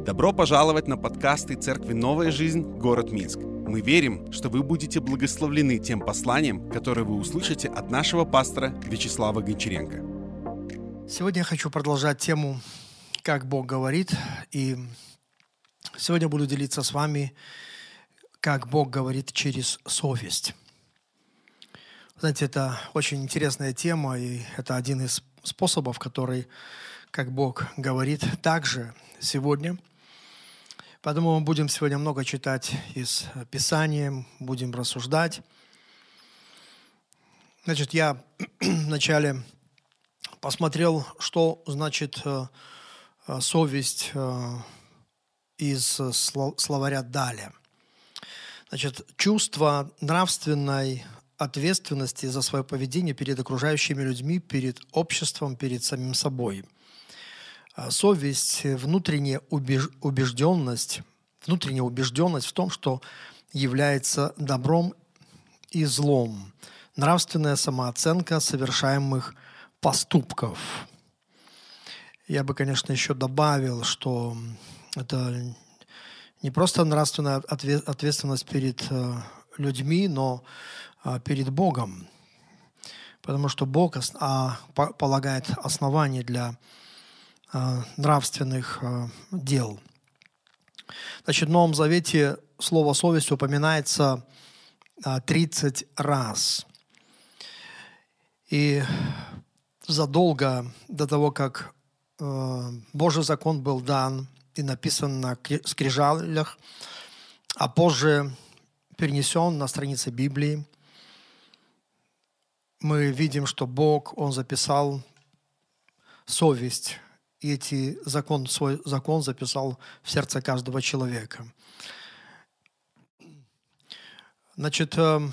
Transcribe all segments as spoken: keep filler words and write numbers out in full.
Добро пожаловать на подкасты Церкви «Новая жизнь», город Минск. Мы верим, что вы будете благословлены тем посланием, которое вы услышите от нашего пастора Вячеслава Гончаренко. Сегодня я хочу продолжать тему «Как Бог говорит». И сегодня буду делиться с вами, как Бог говорит через совесть. Знаете, это очень интересная тема, и это один из способов, который, как Бог говорит, также сегодня. Поэтому мы будем сегодня много читать из Писания, будем рассуждать. Значит, я вначале посмотрел, что значит совесть из словаря Даля. Значит, чувство нравственной ответственности за свое поведение перед окружающими людьми, перед обществом, перед самим собой. Совесть, внутренняя убежденность, внутренняя убежденность в том, что является добром и злом. Нравственная самооценка совершаемых поступков. Я бы, конечно, еще добавил, что это не просто нравственная ответственность перед людьми, но перед Богом. Потому что Бог полагает основания для нравственных дел. Значит, в Новом Завете слово «совесть» упоминается тридцать раз. И задолго до того, как Божий закон был дан и написан на скрижалях, а позже перенесен на страницы Библии, мы видим, что Бог, Он записал совесть. И эти закон, свой закон записал в сердце каждого человека. Значит,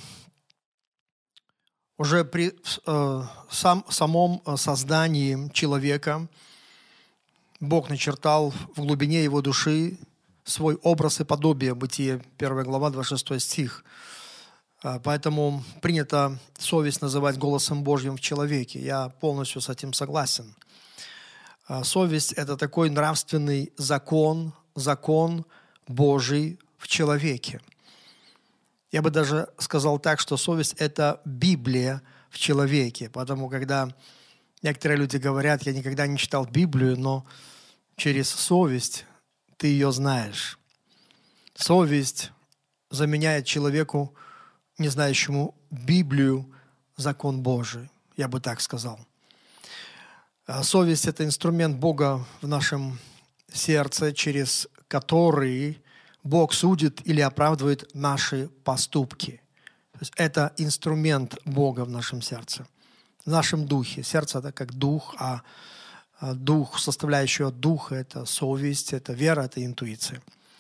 уже при сам, самом создании человека Бог начертал в глубине его души свой образ и подобие. Бытие, первая глава, двадцать шестой стих. Поэтому принято совесть называть голосом Божьим в человеке. Я полностью с этим согласен. Совесть – это такой нравственный закон, закон Божий в человеке. Я бы даже сказал так, что совесть – это Библия в человеке. Потому когда некоторые люди говорят, я никогда не читал Библию, но через совесть ты ее знаешь. Совесть заменяет человеку, не знающему Библию, закон Божий. Я бы так сказал. Совесть – это инструмент Бога в нашем сердце, через который Бог судит или оправдывает наши поступки. То есть это инструмент Бога в нашем сердце, в нашем духе. Сердце – это как дух, а дух, составляющая духа – это совесть, это вера, это интуиция.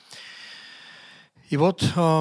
И вот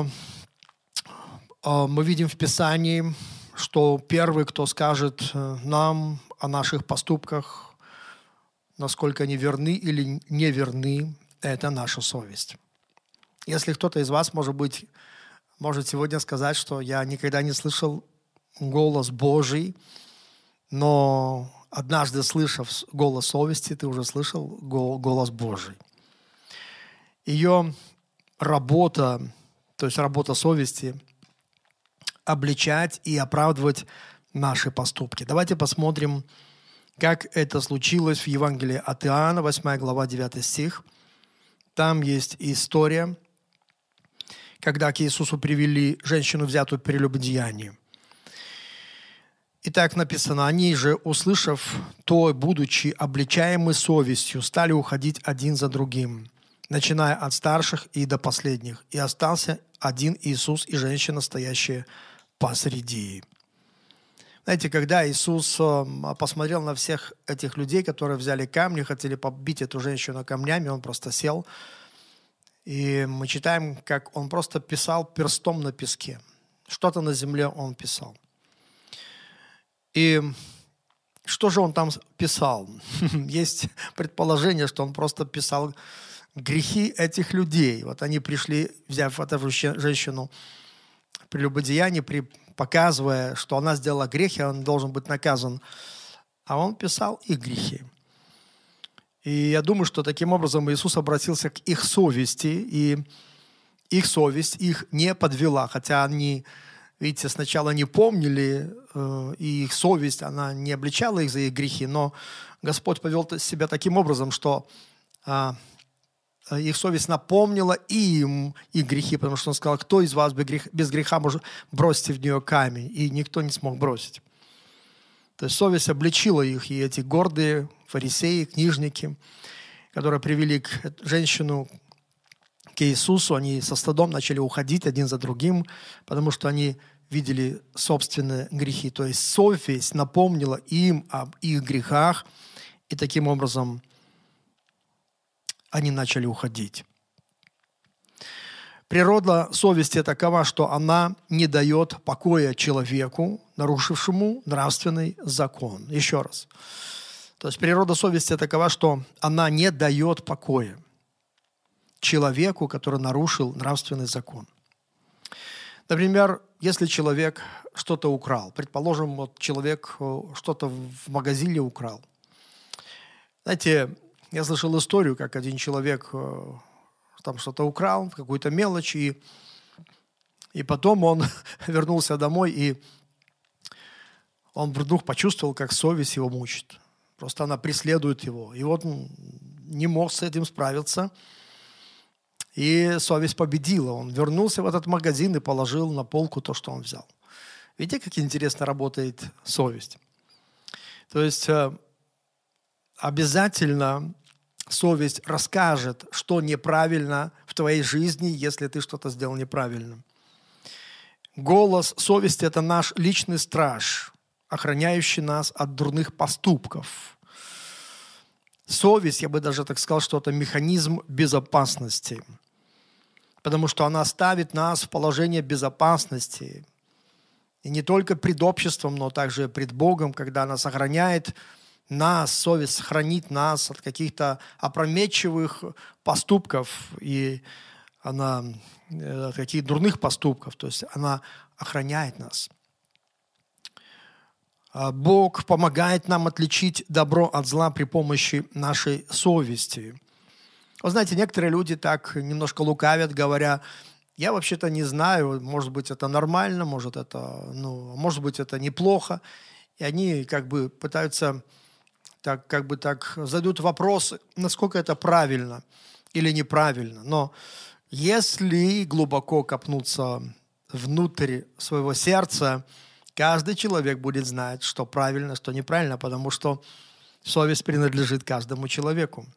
мы видим в Писании, что первый, кто скажет нам о наших поступках, насколько они верны или неверны, это наша совесть. Если кто-то из вас, может быть, может сегодня сказать, что я никогда не слышал голос Божий, но однажды, слышав голос совести, ты уже слышал голос Божий. Ее работа, то есть работа совести, обличать и оправдывать наши поступки. Давайте посмотрим, как это случилось в Евангелии от Иоанна, восьмая глава, девятый стих. Там есть история, когда к Иисусу привели женщину, взятую в прелюбодеянии. И так написано: «Они же, услышав то, будучи обличаемы совестью, стали уходить один за другим, начиная от старших и до последних. И остался один Иисус и женщина, стоящая посреди». Знаете, когда Иисус посмотрел на всех этих людей, которые взяли камни, хотели побить эту женщину камнями, Он просто сел. И мы читаем, как Он просто писал перстом на песке. Что-то на земле Он писал. И что же Он там писал? Есть предположение, что Он просто писал грехи этих людей. Вот они пришли, взяв эту женщину в прелюбодеянии, при показывая, что она сделала грех, и он должен быть наказан. А он писал их грехи. И я думаю, что таким образом Иисус обратился к их совести, и их совесть их не подвела, хотя они, видите, сначала не помнили, и их совесть, она не обличала их за их грехи, но Господь повел себя таким образом, что их совесть напомнила им их грехи, потому что Он сказал: кто из вас без греха может бросить в нее камень? И никто не смог бросить. То есть совесть обличила их, и эти гордые фарисеи, книжники, которые привели к женщину к Иисусу, они со стыдом начали уходить один за другим, потому что они видели собственные грехи. То есть совесть напомнила им об их грехах, и таким образом они начали уходить. Природа совести такова, что она не дает покоя человеку, нарушившему нравственный закон. Еще раз. То есть природа совести такова, что она не дает покоя человеку, который нарушил нравственный закон. Например, если человек что-то украл, предположим, вот человек что-то в магазине украл. Знаете, я слышал историю, как один человек там что-то украл, какую-то мелочь, и, и потом он вернулся домой, и он вдруг почувствовал, как совесть его мучит. Просто она преследует его. И вот он не мог с этим справиться, и совесть победила. Он вернулся в этот магазин и положил на полку то, что он взял. Видите, как интересно работает совесть? То есть обязательно совесть расскажет, что неправильно в твоей жизни, если ты что-то сделал неправильно. Голос совести – это наш личный страж, охраняющий нас от дурных поступков. Совесть, я бы даже так сказал, что это механизм безопасности, потому что она ставит нас в положение безопасности. И не только пред обществом, но также пред Богом, когда она сохраняет нас, совесть хранит нас от каких-то опрометчивых поступков и она, от каких-то дурных поступков. То есть она охраняет нас. Бог помогает нам отличить добро от зла при помощи нашей совести. Вы знаете, некоторые люди так немножко лукавят, говоря: я вообще-то не знаю, может быть, это нормально, может, это, ну, может быть, это неплохо. И они как бы пытаются... так как бы так задают вопросы, насколько это правильно или неправильно. Но если глубоко копнуться внутрь своего сердца, каждый человек будет знать, что правильно, что неправильно, потому что совесть принадлежит каждому человеку.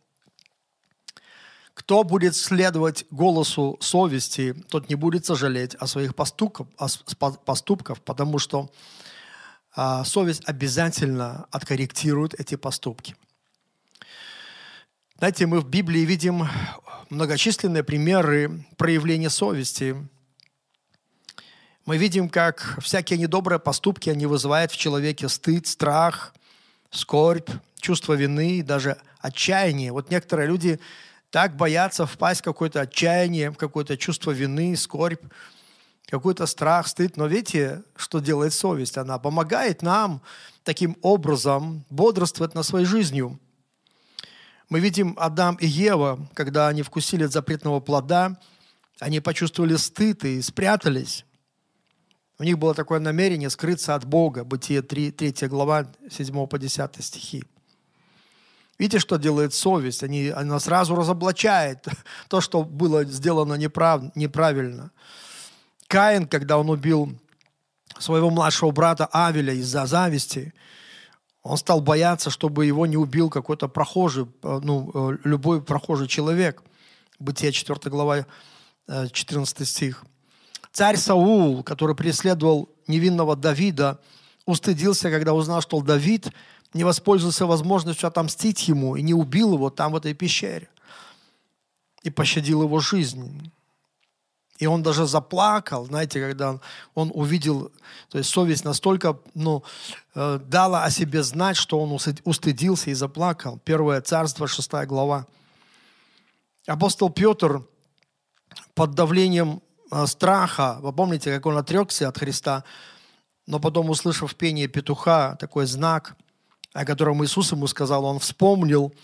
Кто будет следовать голосу совести, тот не будет сожалеть о своих поступках, поступках потому что совесть обязательно откорректирует эти поступки. Знаете, мы в Библии видим многочисленные примеры проявления совести. Мы видим, как всякие недобрые поступки, они вызывают в человеке стыд, страх, скорбь, чувство вины, даже отчаяние. Вот некоторые люди так боятся впасть в какое-то отчаяние, в какое-то чувство вины, скорбь, какой-то страх, стыд. Но видите, что делает совесть? Она помогает нам таким образом бодрствовать над своей жизнью. Мы видим Адам и Ева, когда они вкусили от запретного плода, они почувствовали стыд и спрятались. У них было такое намерение скрыться от Бога. Бытие три, третья глава, седьмой по десятый стихи. Видите, что делает совесть? Они, она сразу разоблачает то, что было сделано неправ, неправильно. Каин, когда он убил своего младшего брата Авеля из-за зависти, он стал бояться, чтобы его не убил какой-то прохожий, ну, любой прохожий человек. Бытие четвёртая глава, четырнадцатый стих. Царь Саул, который преследовал невинного Давида, устыдился, когда узнал, что Давид не воспользовался возможностью отомстить ему и не убил его там, в этой пещере, и пощадил его жизнь. И он даже заплакал, знаете, когда он, он увидел, то есть совесть настолько ну, э, дала о себе знать, что он устыдился и заплакал. Первое Царство, шестая глава. Апостол Петр под давлением э, страха, вы помните, как он отрекся от Христа, но потом, услышав пение петуха, такой знак, о котором Иисус ему сказал, он вспомнил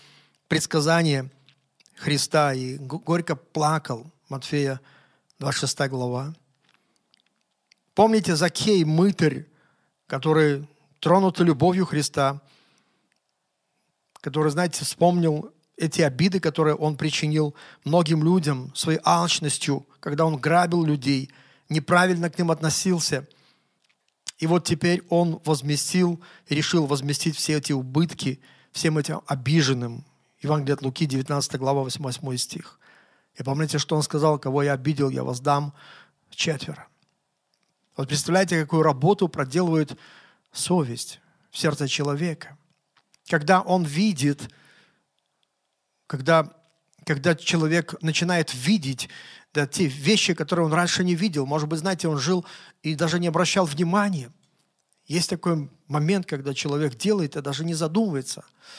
предсказание Христа и горько плакал. Матфея двадцать шестая глава. Помните Закхей, мытарь, который тронутый любовью Христа, который, знаете, вспомнил эти обиды, которые он причинил многим людям своей алчностью, когда он грабил людей, неправильно к ним относился. И вот теперь он возместил, решил возместить все эти убытки всем этим обиженным. Евангелие от Луки, девятнадцатая глава, восьмой стих. И помните, что он сказал: кого я обидел, я воздам четверо. Вот представляете, какую работу проделывает совесть в сердце человека. Когда он видит, когда, когда человек начинает видеть да, те вещи, которые он раньше не видел. Может быть, знаете, он жил и даже не обращал внимания. Есть такой момент, когда человек делает и даже не задумывается.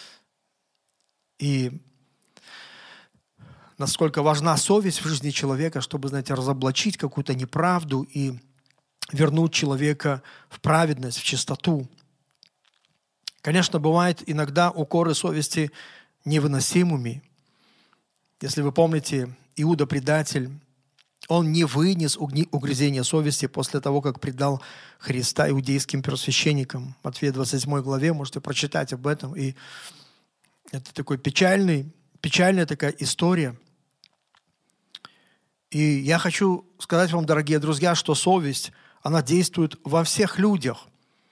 И насколько важна совесть в жизни человека, чтобы, знаете, разоблачить какую-то неправду и вернуть человека в праведность, в чистоту. Конечно, бывает иногда укоры совести невыносимыми. Если вы помните, Иуда, предатель, он не вынес угрызения совести после того, как предал Христа иудейским первосвященникам. Матфея двадцать седьмой главе, можете прочитать об этом. И это такой печальный, печальная такая история. И я хочу сказать вам, дорогие друзья, что совесть, она действует во всех людях.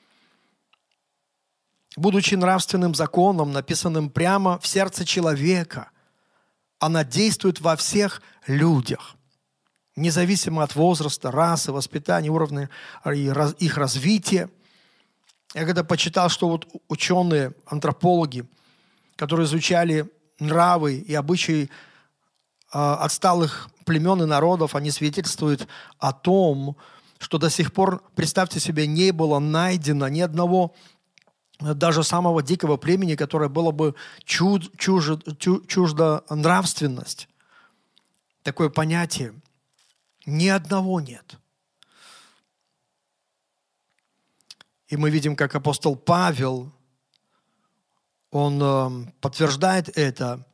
Будучи нравственным законом, написанным прямо в сердце человека, она действует во всех людях. Независимо от возраста, расы, воспитания, уровня их развития. Я когда почитал, что вот ученые, антропологи, которые изучали нравы и обычаи э, отсталых племен и народов, они свидетельствуют о том, что до сих пор, представьте себе, не было найдено ни одного, даже самого дикого племени, которое было бы чуд, чужд, чуждо нравственность. Такое понятие. Ни одного нет. И мы видим, как апостол Павел, он э, подтверждает это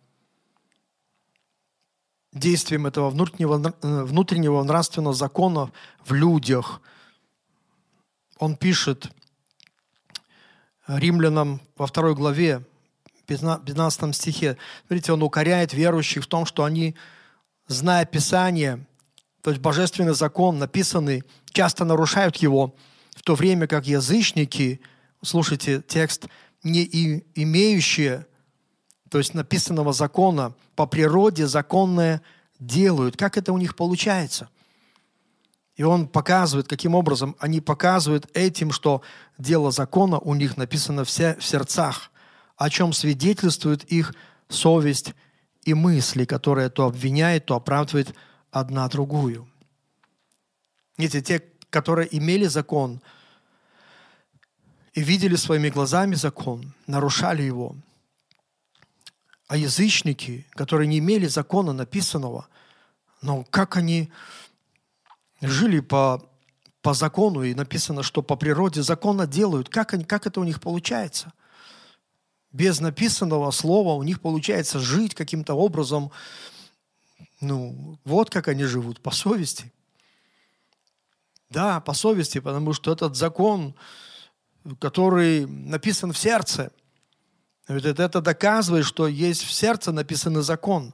действием этого внутреннего, внутреннего нравственного закона в людях. Он пишет Римлянам во второй главе, пятнадцатом стихе. Смотрите, он укоряет верующих в том, что они, зная Писание, то есть божественный закон, написанный, часто нарушают его, в то время как язычники, слушайте текст, не имеющие, то есть написанного закона, по природе законное делают. Как это у них получается? И он показывает, каким образом они показывают этим, что дело закона у них написано в сердцах, о чем свидетельствует их совесть и мысли, которые то обвиняют, то оправдывают одна другую. Видите, те, которые имели закон и видели своими глазами закон, нарушали его. А язычники, которые не имели закона написанного, но как они жили по, по закону, и написано, что по природе закона делают, как, они, как это у них получается? Без написанного слова у них получается жить каким-то образом. Ну, вот как они живут, по совести. Да, по совести, потому что этот закон, который написан в сердце, это доказывает, что есть в сердце написанный закон.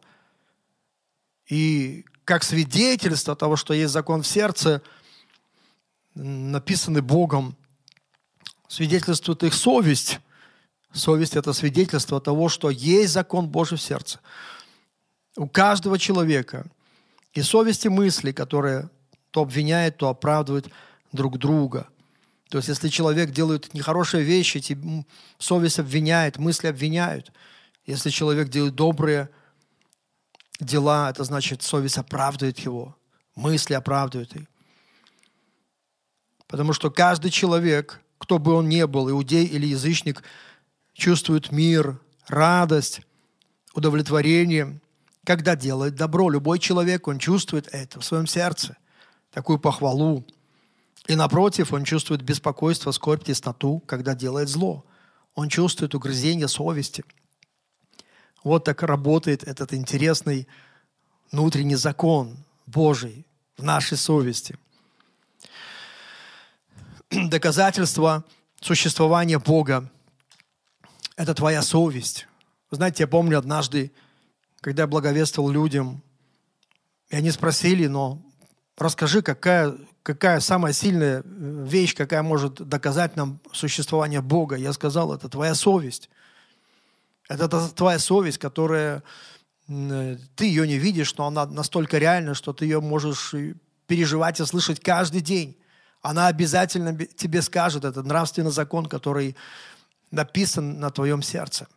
И как свидетельство того, что есть закон в сердце, написанный Богом, свидетельствует их совесть. Совесть – это свидетельство того, что есть закон Божий в сердце. У каждого человека и совесть, и мысли, которые то обвиняют, то оправдывают друг друга. То есть, если человек делает нехорошие вещи, совесть обвиняет, мысли обвиняют. Если человек делает добрые дела, это значит, совесть оправдывает его, мысли оправдывают их. Потому что каждый человек, кто бы он ни был, иудей или язычник, чувствует мир, радость, удовлетворение, когда делает добро. Любой человек, он чувствует это в своем сердце, такую похвалу. И напротив, он чувствует беспокойство, скорбь, тесноту, когда делает зло. Он чувствует угрызение совести. Вот так работает этот интересный внутренний закон Божий в нашей совести. Доказательство существования Бога – это твоя совесть. Вы знаете, я помню однажды, когда я благовествовал людям, и они спросили, но расскажи, какая, какая самая сильная вещь, какая может доказать нам существование Бога. Я сказал, это твоя совесть. Это твоя совесть, которая, ты ее не видишь, но она настолько реальна, что ты ее можешь переживать и слышать каждый день. Она обязательно тебе скажет, это нравственный закон, который написан на твоем сердце.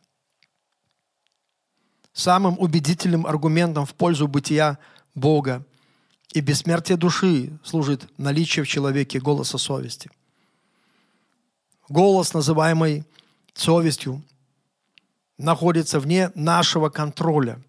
Самым убедительным аргументом в пользу бытия Бога и бессмертия души служит наличие в человеке голоса совести. Голос, называемый совестью, находится вне нашего контроля.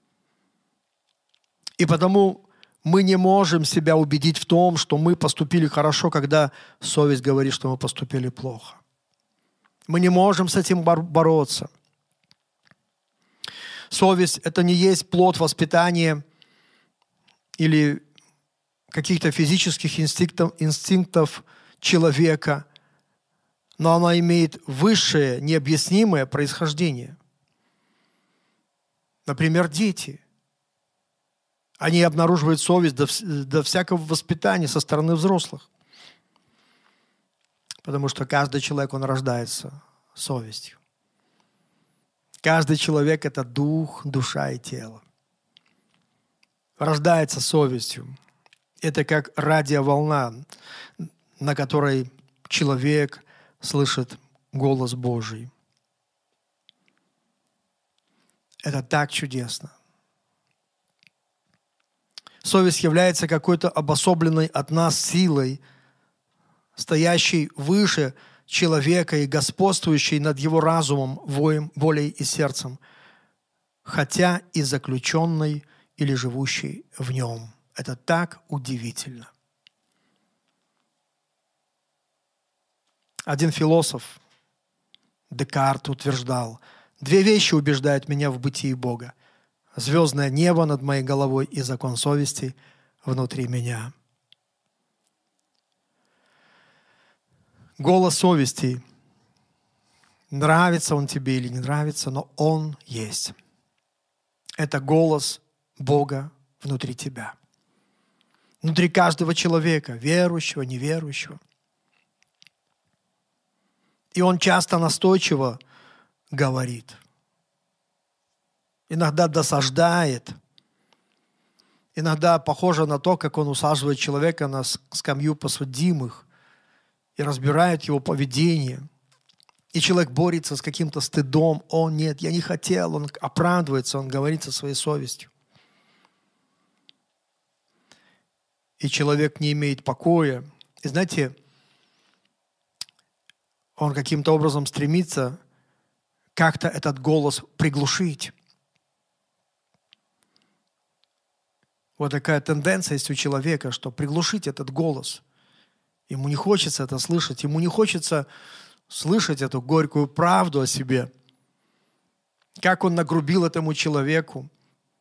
И потому мы не можем себя убедить в том, что мы поступили хорошо, когда совесть говорит, что мы поступили плохо. Мы не можем с этим бор- бороться. Совесть – это не есть плод воспитания или каких-то физических инстинктов, инстинктов человека, но она имеет высшее, необъяснимое происхождение. Например, дети. Они обнаруживают совесть до, до всякого воспитания со стороны взрослых. Потому что каждый человек, он рождается совестью. Каждый человек – это дух, душа и тело. Рождается совестью. Это как радиоволна, на которой человек слышит голос Божий. Это так чудесно. Совесть является какой-то обособленной от нас силой, стоящей выше человека и господствующей над его разумом, волей и сердцем, хотя и заключенной или живущей в нем. Это так удивительно. Один философ, Декарт, утверждал, две вещи убеждают меня в бытии Бога. Звездное небо над моей головой и закон совести внутри меня. Голос совести, нравится он тебе или не нравится, но он есть. Это голос Бога внутри тебя. Внутри каждого человека, верующего, неверующего. И он часто настойчиво говорит. Иногда досаждает. Иногда похоже на то, как он усаживает человека на скамью подсудимых и разбирает его поведение. И человек борется с каким-то стыдом. О, нет, я не хотел. Он оправдывается, он говорит со своей совестью. И человек не имеет покоя. И знаете, он каким-то образом стремится как-то этот голос приглушить. Вот такая тенденция есть у человека, что приглушить этот голос. Ему не хочется это слышать, ему не хочется слышать эту горькую правду о себе. Как он нагрубил этому человеку,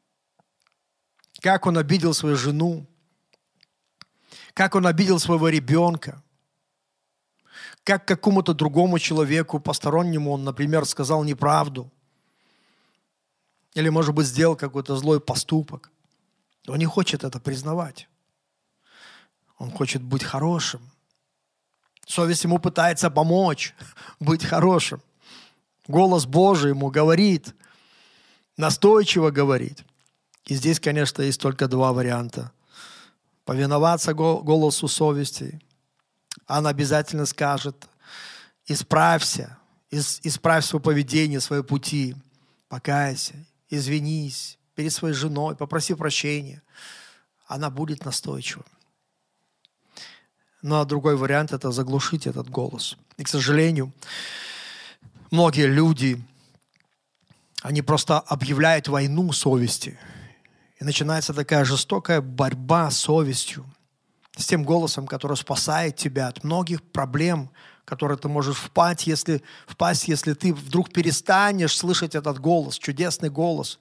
как он обидел свою жену, как он обидел своего ребенка, как какому-то другому человеку, постороннему, он, например, сказал неправду, или, может быть, сделал какой-то злой поступок. Он не хочет это признавать. Он хочет быть хорошим. Совесть ему пытается помочь быть хорошим. Голос Божий ему говорит, настойчиво говорит. И здесь, конечно, есть только два варианта. Повиноваться голосу совести. Она обязательно скажет, исправься, исправь свое поведение, свои пути, покайся, извинись перед своей женой, попроси прощения. Она будет настойчива. Ну, а другой вариант – это заглушить этот голос. И, к сожалению, многие люди, они просто объявляют войну совести. И начинается такая жестокая борьба с совестью, с тем голосом, который спасает тебя от многих проблем, который ты можешь впасть, если, впасть, если ты вдруг перестанешь слышать этот голос, чудесный голос.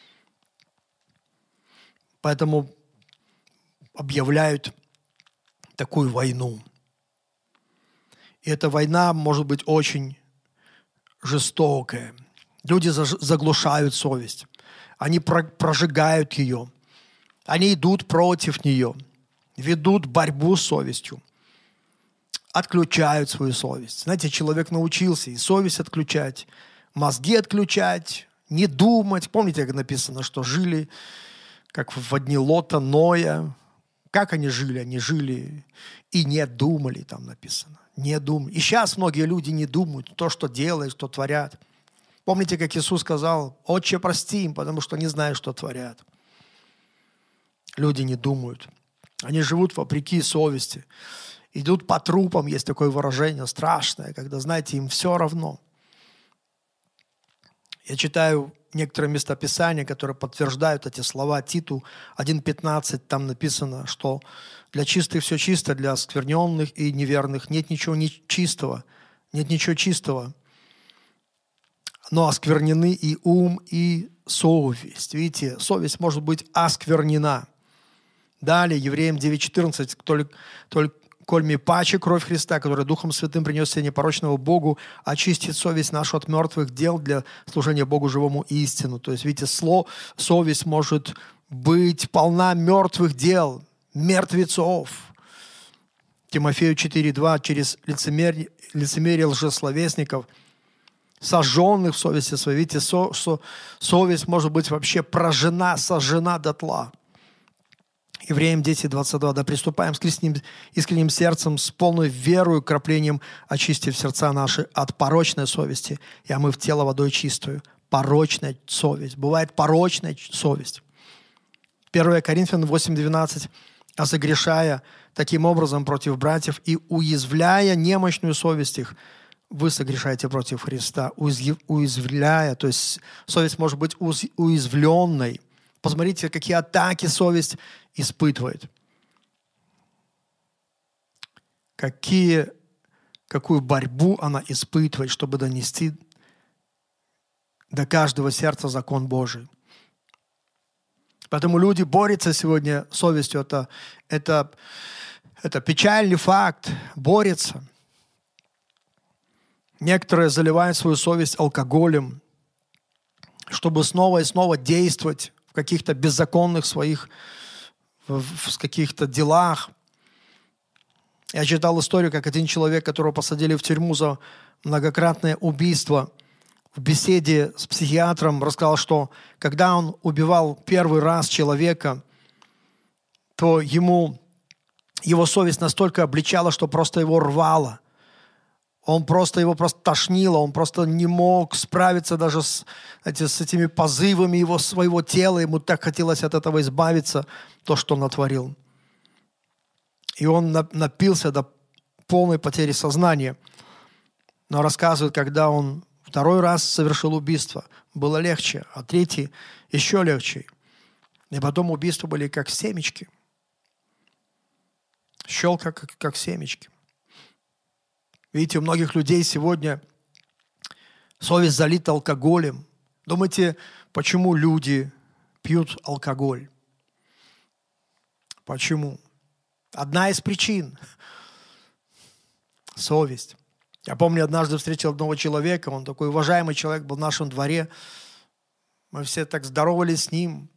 Поэтому объявляют такую войну. И эта война может быть очень жестокая. Люди заглушают совесть. Они прожигают ее. Они идут против нее. Ведут борьбу с совестью. Отключают свою совесть. Знаете, человек научился и совесть отключать, мозги отключать, не думать. Помните, как написано, что жили, как в дни Лота, Ноя. Как они жили? Они жили и не думали, там написано. Не думали. И сейчас многие люди не думают то, что делают, что творят. Помните, как Иисус сказал: «Отче, прости им, потому что не знают, что творят». Люди не думают. Они живут вопреки совести. Идут по трупам, есть такое выражение страшное, когда, знаете, им все равно. Я читаю некоторые местописания, которые подтверждают эти слова. Титу один пятнадцать, там написано, что для чистых все чисто, для оскверненных и неверных нет ничего нечистого, нет ничего чистого. Но осквернены и ум, и совесть. Видите, совесть может быть осквернена. Далее, Евреям девять четырнадцать, только, только коль ми паче кровь Христа, который Духом Святым принес себе непорочного Богу, очистит совесть нашу от мертвых дел для служения Богу живому и истину. То есть, видите, слово, совесть может быть полна мертвых дел, мертвецов. Тимофею четыре два, через лицемерие, лицемерие лжесловесников, сожженных в совести своей. Видите, со, со, совесть может быть вообще прожжена, сожжена дотла. Евреям десять двадцать два. «Да приступаем с искренним, искренним сердцем, с полной верою, краплением, очистив сердца наши от порочной совести, и омыв тело водой чистую». Порочная совесть. Бывает порочная совесть. первое Коринфянам восемь двенадцать. «А согрешая таким образом против братьев и уязвляя немощную совесть их, вы согрешаете против Христа». Уязвляя, то есть совесть может быть уязвленной. Посмотрите, какие атаки совесть испытывает. Какие, какую борьбу она испытывает, чтобы донести до каждого сердца закон Божий. Поэтому люди борются сегодня с совестью. Это, это, это печальный факт. Борются. Некоторые заливают свою совесть алкоголем, чтобы снова и снова действовать в каких-то беззаконных своих в, в каких-то делах. Я читал историю, как один человек, которого посадили в тюрьму за многократное убийство, в беседе с психиатром рассказал, что когда он убивал первый раз человека, то ему, его совесть настолько обличала, что просто его рвало. Он просто, его просто тошнило, он просто не мог справиться даже с, знаете, с этими позывами его, своего тела. Ему так хотелось от этого избавиться, то, что он натворил. И он напился до полной потери сознания. Но рассказывает, когда он второй раз совершил убийство, было легче, а третий еще легче. И потом убийства были как семечки. Щелка, как, как семечки. Видите, у многих людей сегодня совесть залита алкоголем. Думаете, почему люди пьют алкоголь? Почему? Одна из причин – совесть. Я помню, однажды встретил одного человека, он такой уважаемый человек был в нашем дворе. Мы все так здоровались с ним.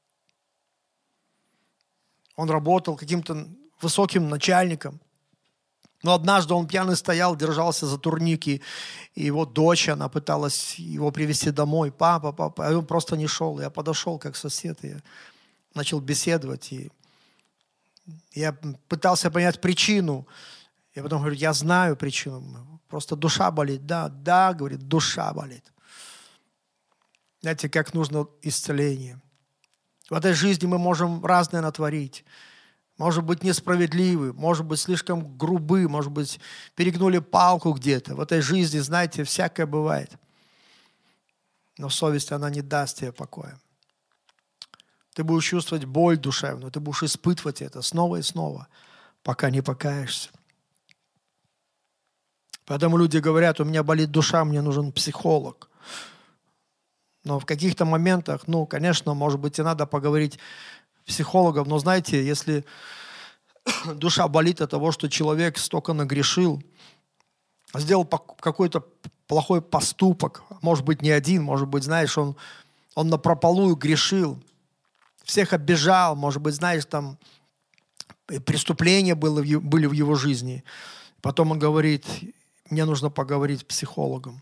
Он работал каким-то высоким начальником. Но однажды он пьяный стоял, держался за турник, и, и его дочь, она пыталась его привезти домой. Папа, папа, а он просто не шел. Я подошел как сосед, и начал беседовать. И я пытался понять причину. Я потом говорю, я знаю причину. Просто душа болит. Да, да, говорит, душа болит. Знаете, как нужно исцеление. В этой жизни мы можем разное натворить. Может быть, несправедливы, может быть, слишком грубы, может быть, перегнули палку где-то. В этой жизни, знаете, всякое бывает. Но совесть, она не даст тебе покоя. Ты будешь чувствовать боль душевную, ты будешь испытывать это снова и снова, пока не покаешься. Поэтому люди говорят, у меня болит душа, мне нужен психолог. Но в каких-то моментах, ну, конечно, может быть, и надо поговорить с психологом, но знаете, если душа болит от того, что человек столько нагрешил, сделал какой-то плохой поступок, может быть, не один, может быть, знаешь, он, он напропалую грешил, всех обижал, может быть, знаешь, там преступления было, были в его жизни. Потом он говорит, мне нужно поговорить с психологом.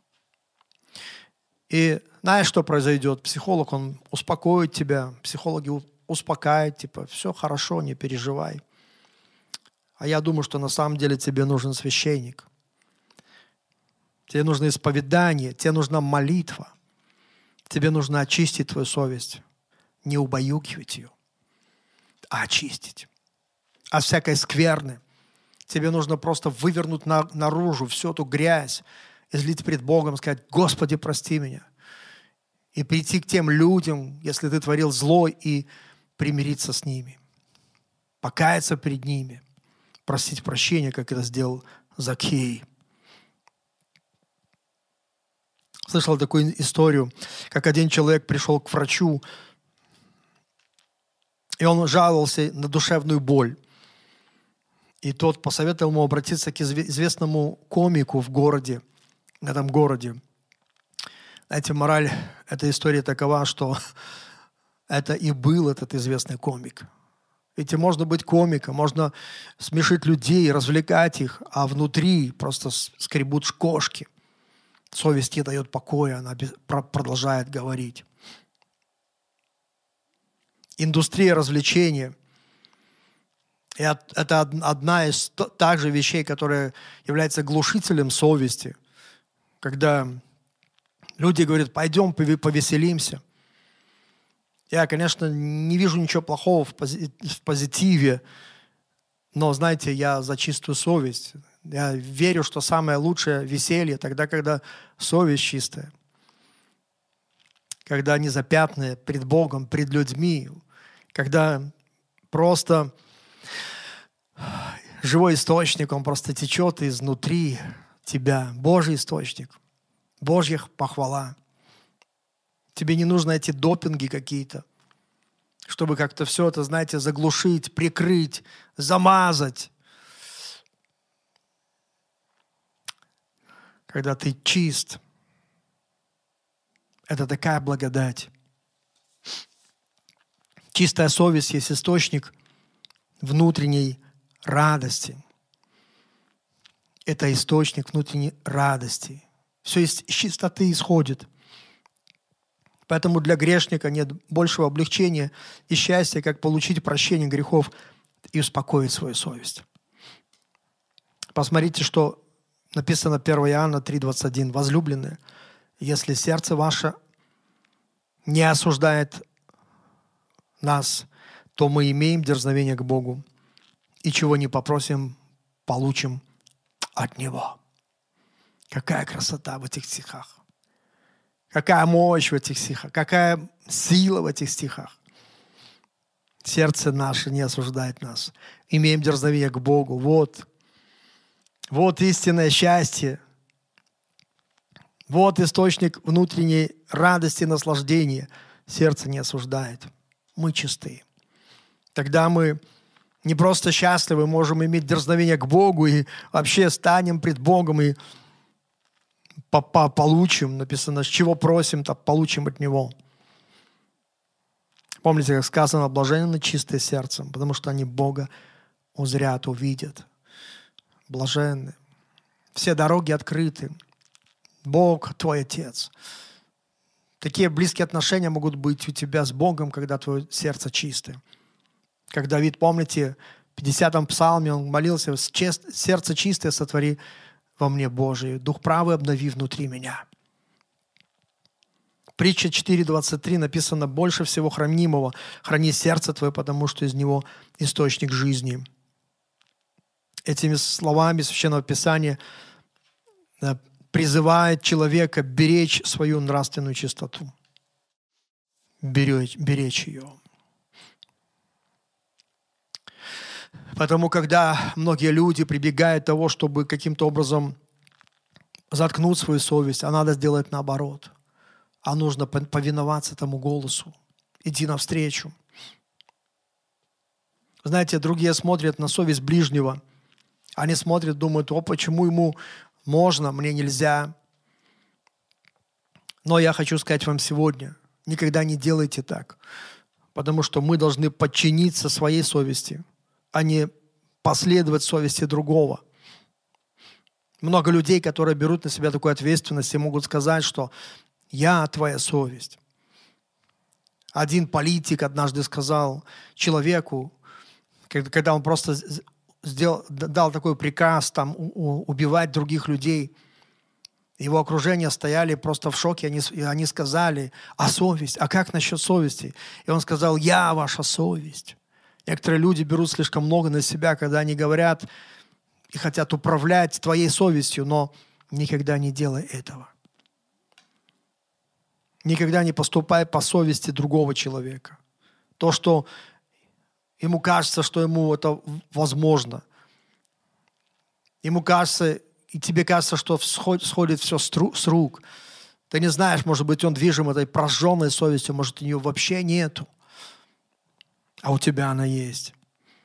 И знаешь, что произойдет? Психолог, он успокоит тебя, психологи успокаивают, типа, все хорошо, не переживай. А я думаю, что на самом деле тебе нужен священник. Тебе нужно исповедание, тебе нужна молитва. Тебе нужно очистить твою совесть. Не убаюкивать ее, а очистить. От всякой скверны. Тебе нужно просто вывернуть на, наружу всю эту грязь, излить пред Богом, сказать, Господи, прости меня. И прийти к тем людям, если ты творил зло, и примириться с ними. Покаяться перед ними. Просить прощения, как это сделал Закхей. Слышал такую историю, как один человек пришел к врачу, и он жаловался на душевную боль. И тот посоветовал ему обратиться к известному комику в городе, в этом городе. Знаете, мораль этой истории такова, что это и был этот известный комик. Ведь можно быть комиком, можно смешить людей, развлекать их, а внутри просто скребут кошки. Совесть не дает покоя, она продолжает говорить. Индустрия развлечения. И это одна из также вещей, которая является глушителем совести. Когда люди говорят, пойдем повеселимся. Я, конечно, не вижу ничего плохого в позитиве, но, знаете, я за чистую совесть. Я верю, что самое лучшее веселье тогда, когда совесть чистая. Когда не запятнанная пред Богом, пред людьми. Когда просто живой источник, он просто течет изнутри тебя. Божий источник. Божья похвала. Тебе не нужно эти допинги какие-то, чтобы как-то все это, знаете, заглушить, прикрыть, замазать. Когда ты чист, это такая благодать. Чистая совесть есть источник внутренней радости. Это источник внутренней радости. Все из чистоты исходит. Поэтому для грешника нет большего облегчения и счастья, как получить прощение грехов и успокоить свою совесть. Посмотрите, что написано первое Иоанна три двадцать один. Возлюбленные, если сердце ваше не осуждает нас, то мы имеем дерзновение к Богу, и чего не попросим, получим от Него. Какая красота в этих стихах. Какая мощь в этих стихах. Какая сила в этих стихах. Сердце наше не осуждает нас. Имеем дерзновение к Богу. Вот. Вот истинное счастье. Вот источник внутренней радости и наслаждения. Сердце не осуждает. Мы чистые. Тогда мы не просто счастливы, можем иметь дерзновение к Богу и вообще станем пред Богом и получим, написано, с чего просим, то получим от Него. Помните, как сказано, блаженны чистые сердцем, потому что они Бога узрят, увидят. Блаженны. Все дороги открыты. Бог твой Отец. Такие близкие отношения могут быть у тебя с Богом, когда твое сердце чистое. Как Давид, помните, в пятидесятом псалме он молился, сердце чистое сотвори во мне, Божие, дух правый обнови внутри меня. Притча четыре двадцать три написано, больше всего хранимого храни сердце твое, потому что из него источник жизни. Этими словами Священного Писания призывает человека беречь свою нравственную чистоту. Беречь, беречь ее. Потому когда многие люди прибегают к тому, чтобы каким-то образом заткнуть свою совесть, а надо сделать наоборот. А нужно повиноваться этому голосу, идти навстречу. Знаете, другие смотрят на совесть ближнего. Они смотрят, думают, о, почему ему можно, мне нельзя. Но я хочу сказать вам сегодня, никогда не делайте так, потому что мы должны подчиниться своей совести, а не последовать совести другого. Много людей, которые берут на себя такую ответственность и могут сказать, что я твоя совесть. Один политик однажды сказал человеку, когда он просто сделал, дал такой приказ там, убивать других людей, его окружение стояли просто в шоке, они, они сказали, а совесть, а как насчет совести? И он сказал, я ваша совесть. Некоторые люди берут слишком много на себя, когда они говорят и хотят управлять твоей совестью, но никогда не делай этого. Никогда не поступай по совести другого человека. То, что ему кажется, что ему это возможно. Ему кажется, и тебе кажется, что сходит все с рук. Ты не знаешь, может быть, он движим этой прожженной совестью, может, ее вообще нету. А у тебя она есть.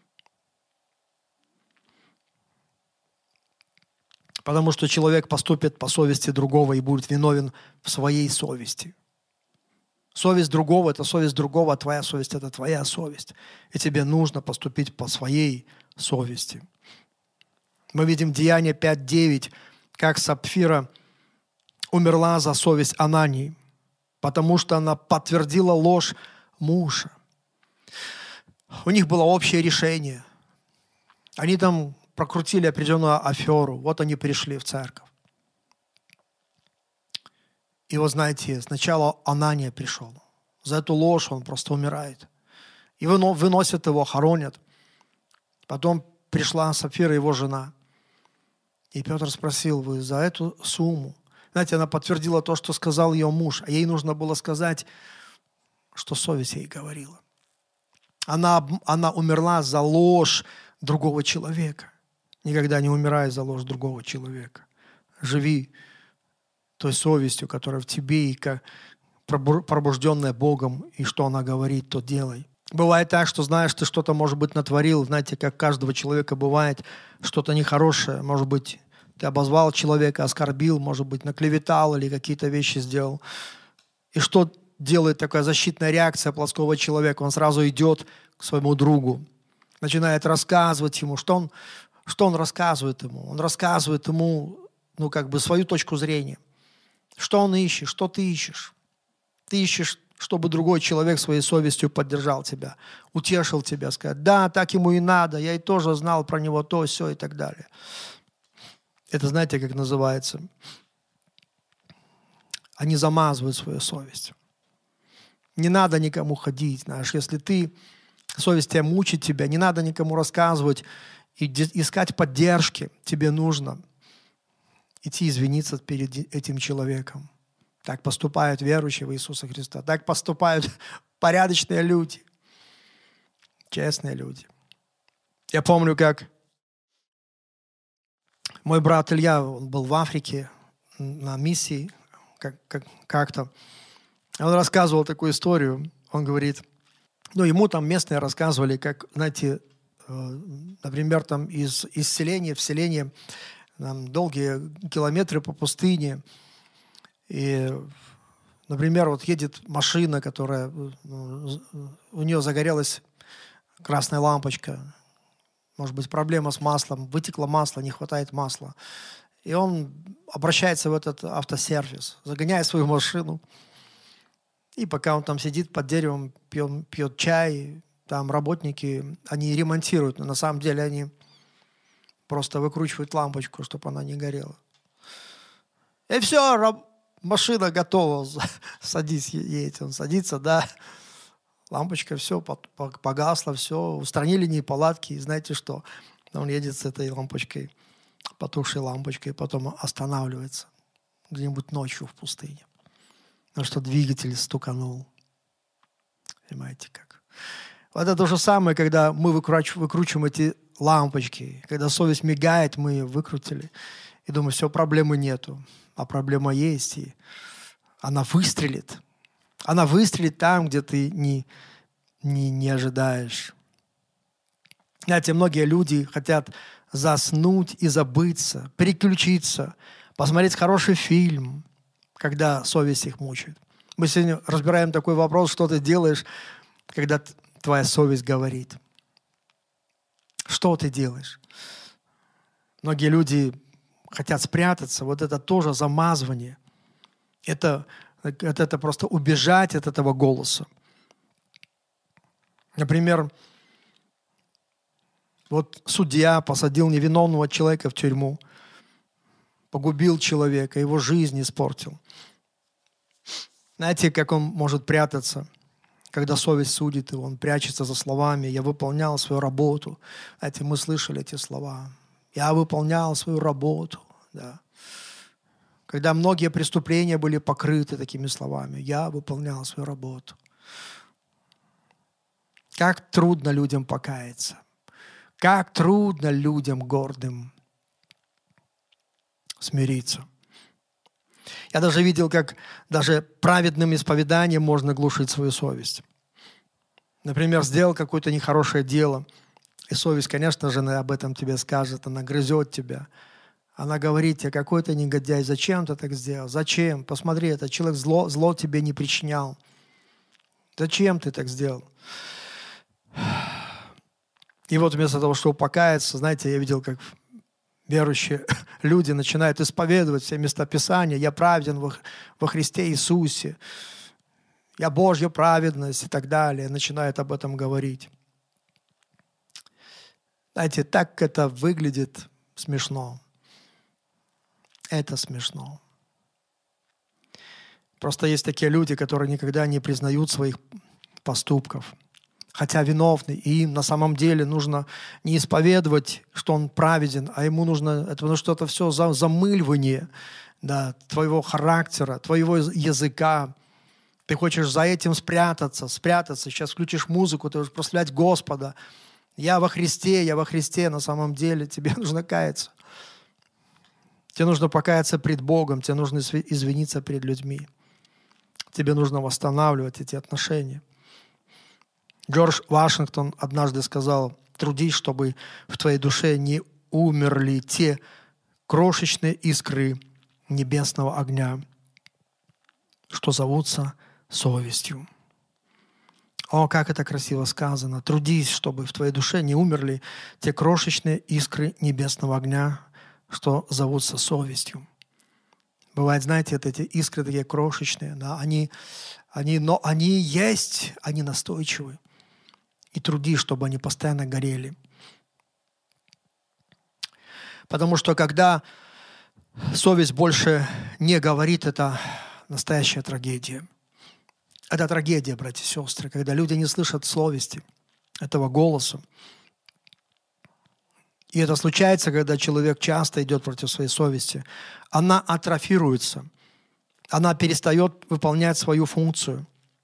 Потому что человек поступит по совести другого и будет виновен в своей совести. Совесть другого – это совесть другого, а твоя совесть – это твоя совесть. И тебе нужно поступить по своей совести. Мы видим Деяния пять девять, как Сапфира умерла за совесть Анании, потому что она подтвердила ложь мужа. У них было общее решение. Они там прокрутили определенную аферу. Вот они пришли в церковь. И вот знаете, сначала Анания пришел. За эту ложь он просто умирает. И выносят его, хоронят. Потом пришла Сапфира, его жена. И Петр спросил, вы за эту сумму? Знаете, она подтвердила то, что сказал ее муж. А ей нужно было сказать, что совесть ей говорила. Она, она умерла за ложь другого человека. Никогда не умирай за ложь другого человека. Живи той совестью, которая в тебе, и как пробужденная Богом, и что она говорит, то делай. Бывает так, что знаешь, ты что-то, может быть, натворил. Знаете, как каждого человека бывает что-то нехорошее. Может быть, ты обозвал человека, оскорбил, может быть, наклеветал или какие-то вещи сделал. И что делает такая защитная реакция плотского человека? Он сразу идет к своему другу, начинает рассказывать ему. Что он, что он рассказывает ему? Он рассказывает ему, ну, как бы свою точку зрения. Что он ищет? Что ты ищешь? Ты ищешь, чтобы другой человек своей совестью поддержал тебя, утешил тебя, сказать, да, так ему и надо, я и тоже знал про него то, сё и так далее. Это знаете, как называется? Они замазывают свою совесть. Не надо никому ходить, знаешь, если ты, совесть тебя мучит тебя, не надо никому рассказывать и искать поддержки, тебе нужно идти извиниться перед этим человеком. Так поступают верующие в Иисуса Христа. Так поступают порядочные люди, честные люди. Я помню, как мой брат Илья, он был в Африке на миссии как, как, как-то. Он рассказывал такую историю. Он говорит, ну, ему там местные рассказывали, как, знаете, например, там из, из селения в селение, там, долгие километры по пустыне. И, например, вот едет машина, которая, ну, у нее загорелась красная лампочка. Может быть, проблема с маслом, вытекло масло, не хватает масла. И он обращается в этот автосервис, загоняет свою машину. И пока он там сидит под деревом, пьет, пьет чай, там работники, они ремонтируют, но на самом деле они просто выкручивают лампочку, чтобы она не горела. И все, машина готова, садись, едет. Он садится, да, лампочка, все, погасла, все, устранили неполадки. И знаете что? Он едет с этой лампочкой, потухшей лампочкой, потом останавливается где-нибудь ночью в пустыне. Потому что двигатель стуканул. Понимаете как? Вот это то же самое, когда мы выкручиваем, выкручиваем эти лампочки. Когда совесть мигает, мы ее выкрутили. и думаешь, все, проблемы нету. А проблема есть, и она выстрелит. Она выстрелит там, где ты не, не, не ожидаешь. Знаете, многие люди хотят заснуть и забыться, переключиться, посмотреть хороший фильм, когда совесть их мучает. Мы сегодня разбираем такой вопрос, что ты делаешь, когда твоя совесть говорит. Что ты делаешь? Многие люди хотят спрятаться. Вот это тоже замазывание. Это, это, это просто убежать от этого голоса. Например, вот судья посадил невиновного человека в тюрьму, погубил человека, его жизнь испортил. Знаете, как он может прятаться, когда совесть судит его? Он прячется за словами: «Я выполнял свою работу». Знаете, мы слышали эти слова. «Я выполнял свою работу». Да. Когда многие преступления были покрыты такими словами: «Я выполнял свою работу». Как трудно людям покаяться. Как трудно людям гордым смириться. Я даже видел, как даже праведным исповеданием можно глушить свою совесть. Например, сделал какое-то нехорошее дело, и совесть, конечно же, об этом тебе скажет, она грызет тебя. Она говорит тебе: какой ты негодяй, зачем ты так сделал? Зачем? Посмотри, этот человек зло, зло тебе не причинял. Зачем ты так сделал? И вот вместо того, чтобы покаяться, знаете, я видел, как верующие люди начинают исповедовать все места Писания: «Я праведен во, во Христе Иисусе», «Я Божья праведность» и так далее. Начинают об этом говорить. Знаете, так это выглядит смешно. Это смешно. Просто есть такие люди, которые никогда не признают своих поступков, хотя виновны, и им на самом деле нужно не исповедовать, что он праведен, а ему нужно, это, потому что это все замыливание, да, твоего характера, твоего языка. Ты хочешь за этим спрятаться, спрятаться. Сейчас включишь музыку, ты будешь прославлять Господа. Я во Христе, я во Христе. На самом деле тебе нужно каяться. Тебе нужно покаяться пред Богом, тебе нужно извиниться перед людьми. Тебе нужно восстанавливать эти отношения. Джордж Вашингтон однажды сказал: трудись, чтобы в твоей душе не умерли те крошечные искры небесного огня, что зовутся совестью. О, как это красиво сказано. Трудись, чтобы в твоей душе не умерли те крошечные искры небесного огня, что зовутся совестью. Бывает, знаете, вот эти искры такие крошечные, да, они, они, но они есть, они настойчивы. И трудись, чтобы они постоянно горели. Потому что когда совесть больше не говорит, это настоящая трагедия. Это трагедия, братья и сестры, когда люди не слышат совести, этого голоса. И это случается, когда человек часто идет против своей совести. Она атрофируется. Она перестает выполнять свою функцию.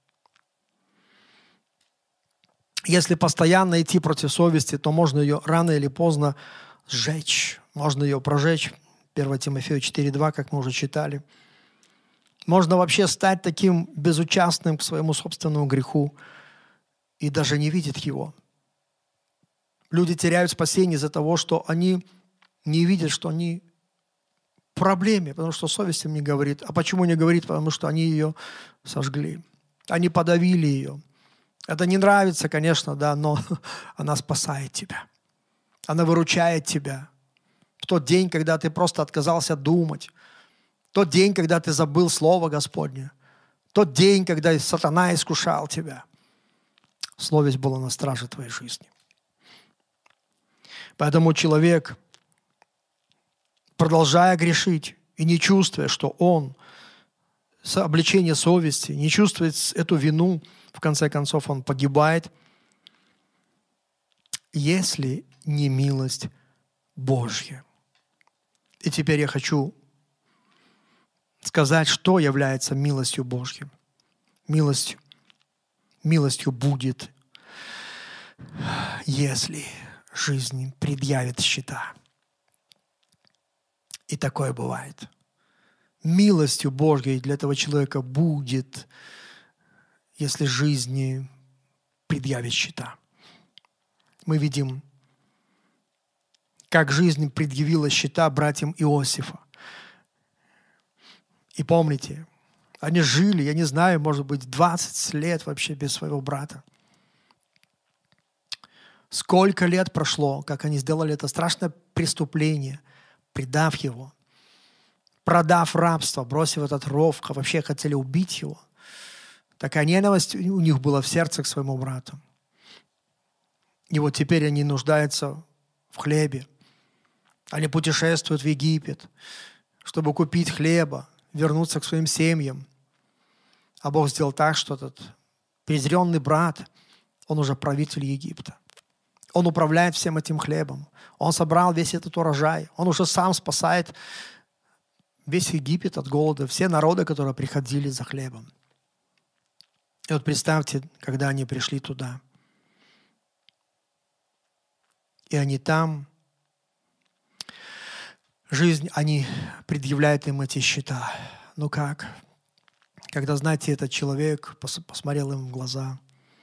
Если постоянно идти против совести, то можно ее рано или поздно сжечь. Можно ее прожечь. первое Тимофею четыре два, как мы уже читали. Можно вообще стать таким безучастным к своему собственному греху и даже не видеть его. Люди теряют спасение из-за того, что они не видят, что они в проблеме, потому что совесть им не говорит. А почему не говорит? Потому что они ее сожгли. Они подавили ее. Это не нравится, конечно, да, но она спасает тебя. Она выручает тебя. В тот день, когда ты просто отказался думать. В тот день, когда ты забыл Слово Господне. В тот день, когда сатана искушал тебя. Совесть была на страже твоей жизни. Поэтому человек, продолжая грешить и не чувствуя, что он, обличение совести, не чувствует эту вину, в конце концов он погибает, если не милость Божья. И теперь я хочу сказать, что является милостью Божьей. Милостью, милостью будет, если жизнь предъявит счета. И такое бывает. Милостью Божьей для этого человека будет, если жизни предъявит счета. Мы видим, как жизнь предъявила счета братьям Иосифа. И помните, они жили, я не знаю, может быть, двадцать лет вообще без своего брата. Сколько лет прошло, как они сделали это страшное преступление, предав его, продав рабство, бросив этот ров, вообще хотели убить его. Такая ненависть у них была в сердце к своему брату. И вот теперь они нуждаются в хлебе. Они путешествуют в Египет, чтобы купить хлеба, вернуться к своим семьям. А Бог сделал так, что этот презренный брат, он уже правитель Египта. Он управляет всем этим хлебом. Он собрал весь этот урожай. Он уже сам спасает весь Египет от голода, все народы, которые приходили за хлебом. И вот представьте, когда они пришли туда. И они там, жизнь, они предъявляют им эти счета. Ну как? Когда, знаете, этот человек посмотрел им в глаза,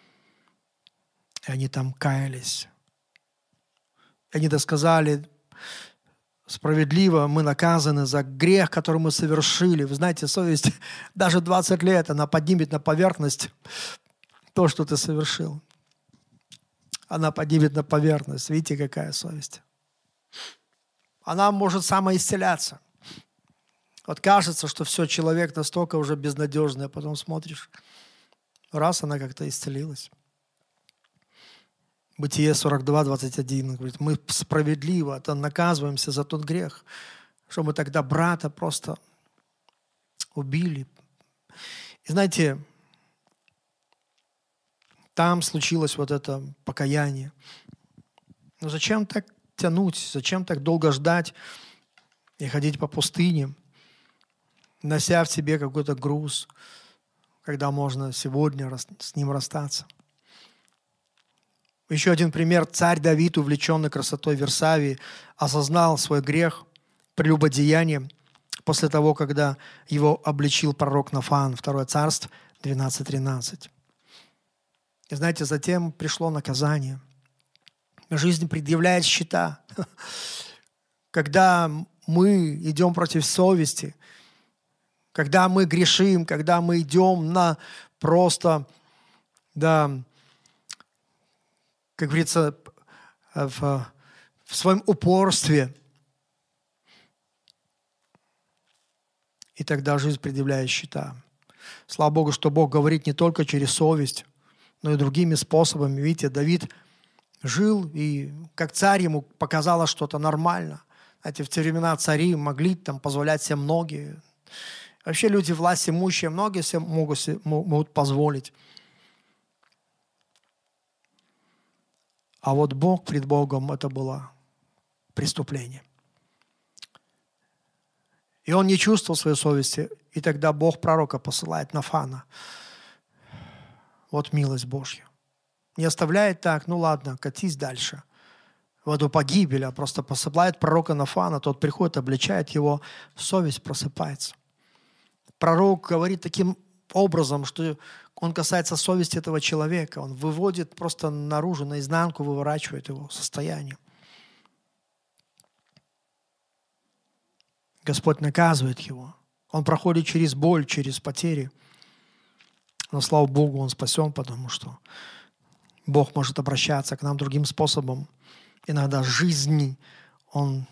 и они там каялись. И они досказали, справедливо мы наказаны за грех, который мы совершили. Вы знаете, совесть даже двадцать лет, она поднимет на поверхность то, что ты совершил. Она поднимет на поверхность. Видите, какая совесть? Она может самоисцеляться. Вот кажется, что все, человек настолько уже безнадежный, а потом смотришь, раз она как-то исцелилась. Бытие сорок два, двадцать один говорит, мы справедливо это наказываемся за тот грех, что мы тогда брата просто убили. И знаете, там случилось вот это покаяние. Но зачем так тянуть, зачем так долго ждать и ходить по пустыне, нося в себе какой-то груз, когда можно сегодня с ним расстаться? Еще один пример. Царь Давид, увлеченный красотой Версавии, осознал свой грех прелюбодеянием после того, когда его обличил пророк Нафан, Второе царство, двенадцать тринадцать. И знаете, затем пришло наказание. Жизнь предъявляет счета. Когда мы идем против совести, когда мы грешим, когда мы идем на просто, да, как говорится, в, в своем упорстве. И тогда жизнь предъявляет счета. Слава Богу, что Бог говорит не только через совесть, но и другими способами. Видите, Давид жил, и как царь ему показалось что-то нормально. Знаете, в те времена цари могли там позволять себе многие. Вообще люди власть имущие многие себе могут, могут позволить. А вот Бог пред Богом это было преступление. И он не чувствовал своей совести. И тогда Бог пророка посылает Нафана. Вот милость Божья. Не оставляет так, ну ладно, катись дальше. В эту погибель, а просто посылает пророка Нафана. Тот приходит, обличает его, совесть просыпается. Пророк говорит таким образом, что он касается совести этого человека. Он выводит просто наружу, наизнанку, выворачивает его состояние. Господь наказывает его. Он проходит через боль, через потери. Но, слава Богу, он спасен, потому что Бог может обращаться к нам другим способом. Иногда жизнь, Он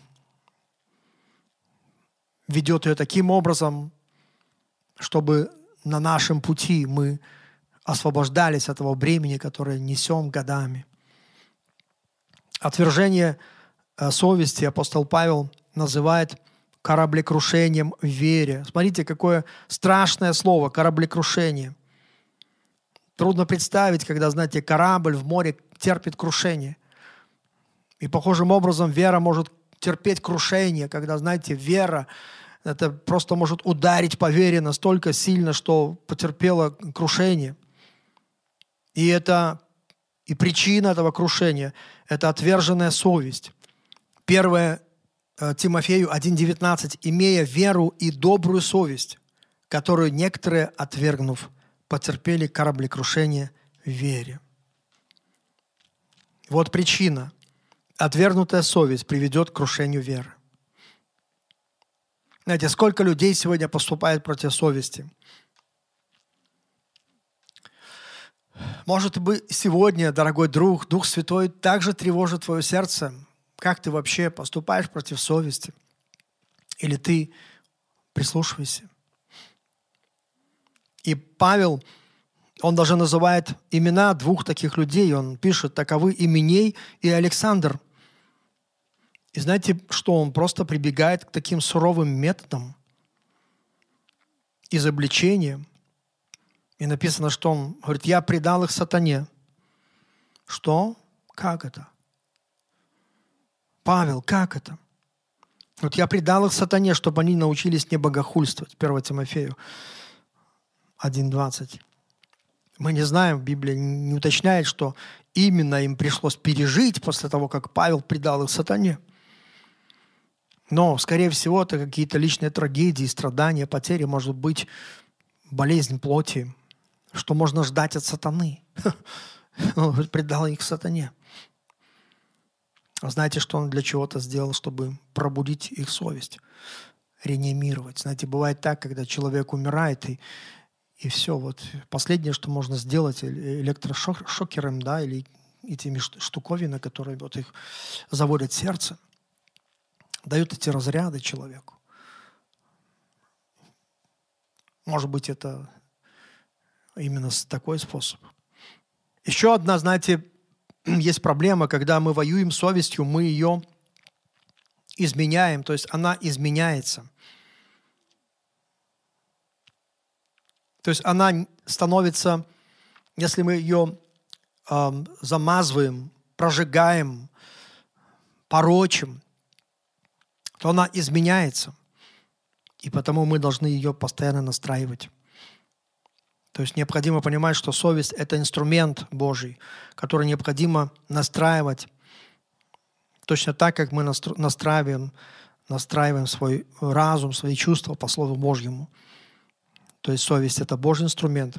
ведет ее таким образом, чтобы на нашем пути мы освобождались от того бремени, которое несем годами. Отвержение совести апостол Павел называет кораблекрушением в вере. Смотрите, какое страшное слово – кораблекрушение. Трудно представить, когда, знаете, корабль в море терпит крушение. И похожим образом вера может терпеть крушение, когда, знаете, вера это просто может ударить по вере настолько сильно, что потерпела крушение. И это и причина этого крушения – это отверженная совесть. Первое Тимофею один девятнадцать. «Имея веру и добрую совесть, которую некоторые, отвергнув, потерпели кораблекрушение в вере». Вот причина. Отвергнутая совесть приведет к крушению веры. Знаете, сколько людей сегодня поступает против совести? Может быть, сегодня, дорогой друг, Дух Святой также тревожит твое сердце. Как ты вообще поступаешь против совести? Или ты прислушивайся? И Павел, он даже называет имена двух таких людей. Он пишет: таковы Именей и Александр. И знаете, что он просто прибегает к таким суровым методам изобличения. И написано, что он говорит: я предал их сатане. Что? Как это? Павел, как это? Вот я предал их сатане, чтобы они научились не богохульствовать. первое Тимофею один двадцать. Мы не знаем, Библия не уточняет, что именно им пришлось пережить после того, как Павел предал их сатане. Но, скорее всего, это какие-то личные трагедии, страдания, потери, может быть, болезнь плоти, что можно ждать от сатаны. Он предал их сатане. Знаете, что он для чего-то сделал, чтобы пробудить их совесть, реанимировать. Знаете, бывает так, когда человек умирает, и, и все, вот последнее, что можно сделать электрошокером, да, или этими штуковинами, которые вот их заводят в сердце, дают эти разряды человеку. Может быть, это именно такой способ. Еще одна, знаете, есть проблема, когда мы воюем с совестью, мы ее изменяем, то есть она изменяется. То есть она становится, если мы ее э, замазываем, прожигаем, порочим, то она изменяется. И потому мы должны ее постоянно настраивать. То есть необходимо понимать, что совесть – это инструмент Божий, который необходимо настраивать точно так, как мы настраиваем, настраиваем свой разум, свои чувства по Слову Божьему. То есть совесть – это Божий инструмент.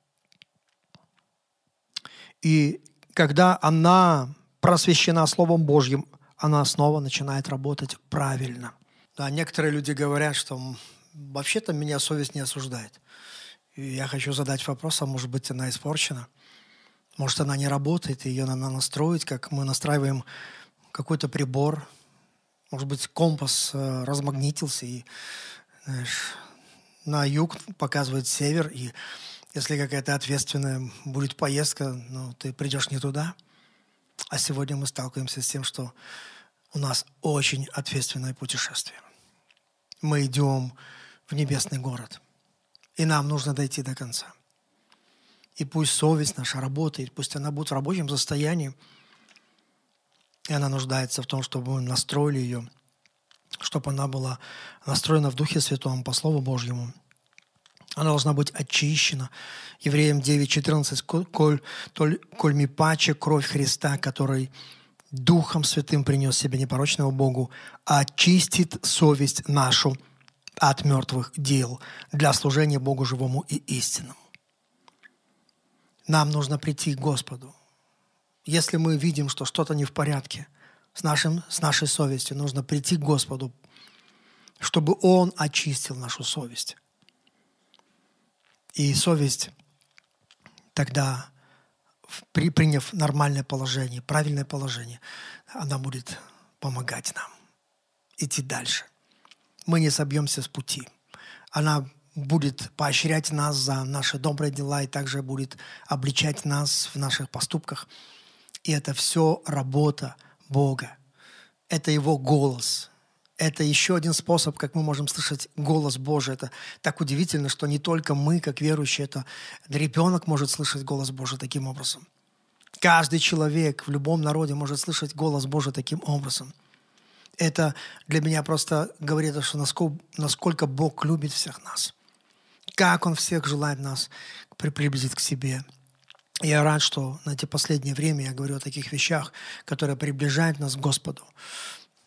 И когда она просвещена Словом Божьим, она снова начинает работать правильно. Да, некоторые люди говорят, что вообще-то меня совесть не осуждает. И я хочу задать вопрос, а может быть, она испорчена? Может, она не работает, и ее надо настроить, как мы настраиваем какой-то прибор. Может быть, компас э, размагнитился, и, знаешь, на юг показывает север, и если какая-то ответственная будет поездка, ну, ты придешь не туда. А сегодня мы сталкиваемся с тем, что у нас очень ответственное путешествие. Мы идем в небесный город, и нам нужно дойти до конца. И пусть совесть наша работает, пусть она будет в рабочем состоянии, и она нуждается в том, чтобы мы настроили ее, чтобы она была настроена в Духе Святом, по Слову Божьему. Она должна быть очищена. Евреям девять четырнадцать. «Коль, толь, коль ми паче кровь Христа, который Духом Святым принес себе непорочного Богу, очистит совесть нашу от мертвых дел для служения Богу живому и истинному». Нам нужно прийти к Господу. Если мы видим, что что-то не в порядке с, нашим, с нашей совестью, нужно прийти к Господу, чтобы Он очистил нашу совесть. И совесть тогда, при, приняв нормальное положение, правильное положение, она будет помогать нам идти дальше. Мы не собьемся с пути. Она будет поощрять нас за наши добрые дела и также будет обличать нас в наших поступках. И это все работа Бога. Это Его голос. Это еще один способ, как мы можем слышать голос Божий. Это так удивительно, что не только мы, как верующие, это ребенок может слышать голос Божий таким образом. Каждый человек в любом народе может слышать голос Божий таким образом. Это для меня просто говорит, что насколько, насколько Бог любит всех нас. Как Он всех желает нас приблизить к себе. Я рад, что на эти последнее время я говорю о таких вещах, которые приближают нас к Господу.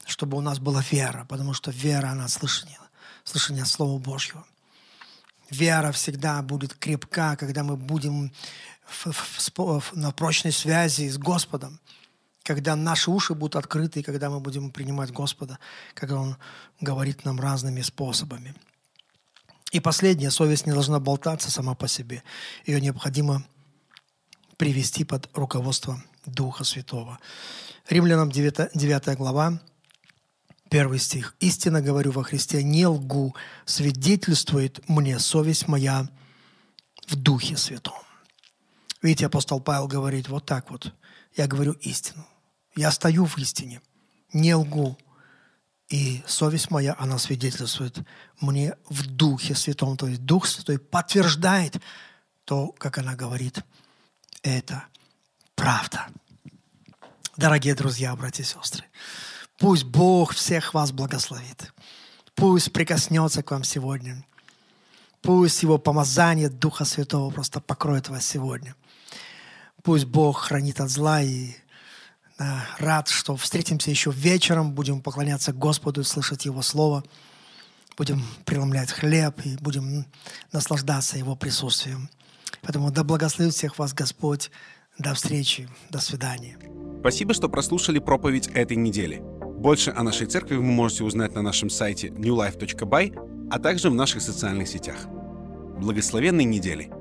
чтобы у нас была вера, потому что вера, она слышание, слышание Слова Божьего. Вера всегда будет крепка, когда мы будем в, в, в, на прочной связи с Господом, когда наши уши будут открыты, и когда мы будем принимать Господа, когда Он говорит нам разными способами. И последнее, совесть не должна болтаться сама по себе. Ее необходимо привести под руководство Духа Святого. Римлянам девятая глава, первый стих. «Истинно говорю во Христе, не лгу, свидетельствует мне совесть моя в Духе Святом». Видите, апостол Павел говорит вот так вот. Я говорю истину. Я стою в истине, не лгу. И совесть моя, она свидетельствует мне в Духе Святом. То есть Дух Святой подтверждает то, как она говорит. Это правда. Дорогие друзья, братья и сестры, пусть Бог всех вас благословит. Пусть прикоснется к вам сегодня. Пусть Его помазание Духа Святого просто покроет вас сегодня. Пусть Бог хранит от зла. И да, рад, что встретимся еще вечером. Будем поклоняться Господу и слышать Его Слово. Будем преломлять хлеб и будем наслаждаться Его присутствием. Поэтому да благословит всех вас Господь. До встречи. До свидания. Спасибо, что прослушали проповедь этой недели. Больше о нашей церкви вы можете узнать на нашем сайте нью лайф точка бай, а также в наших социальных сетях. Благословенной недели!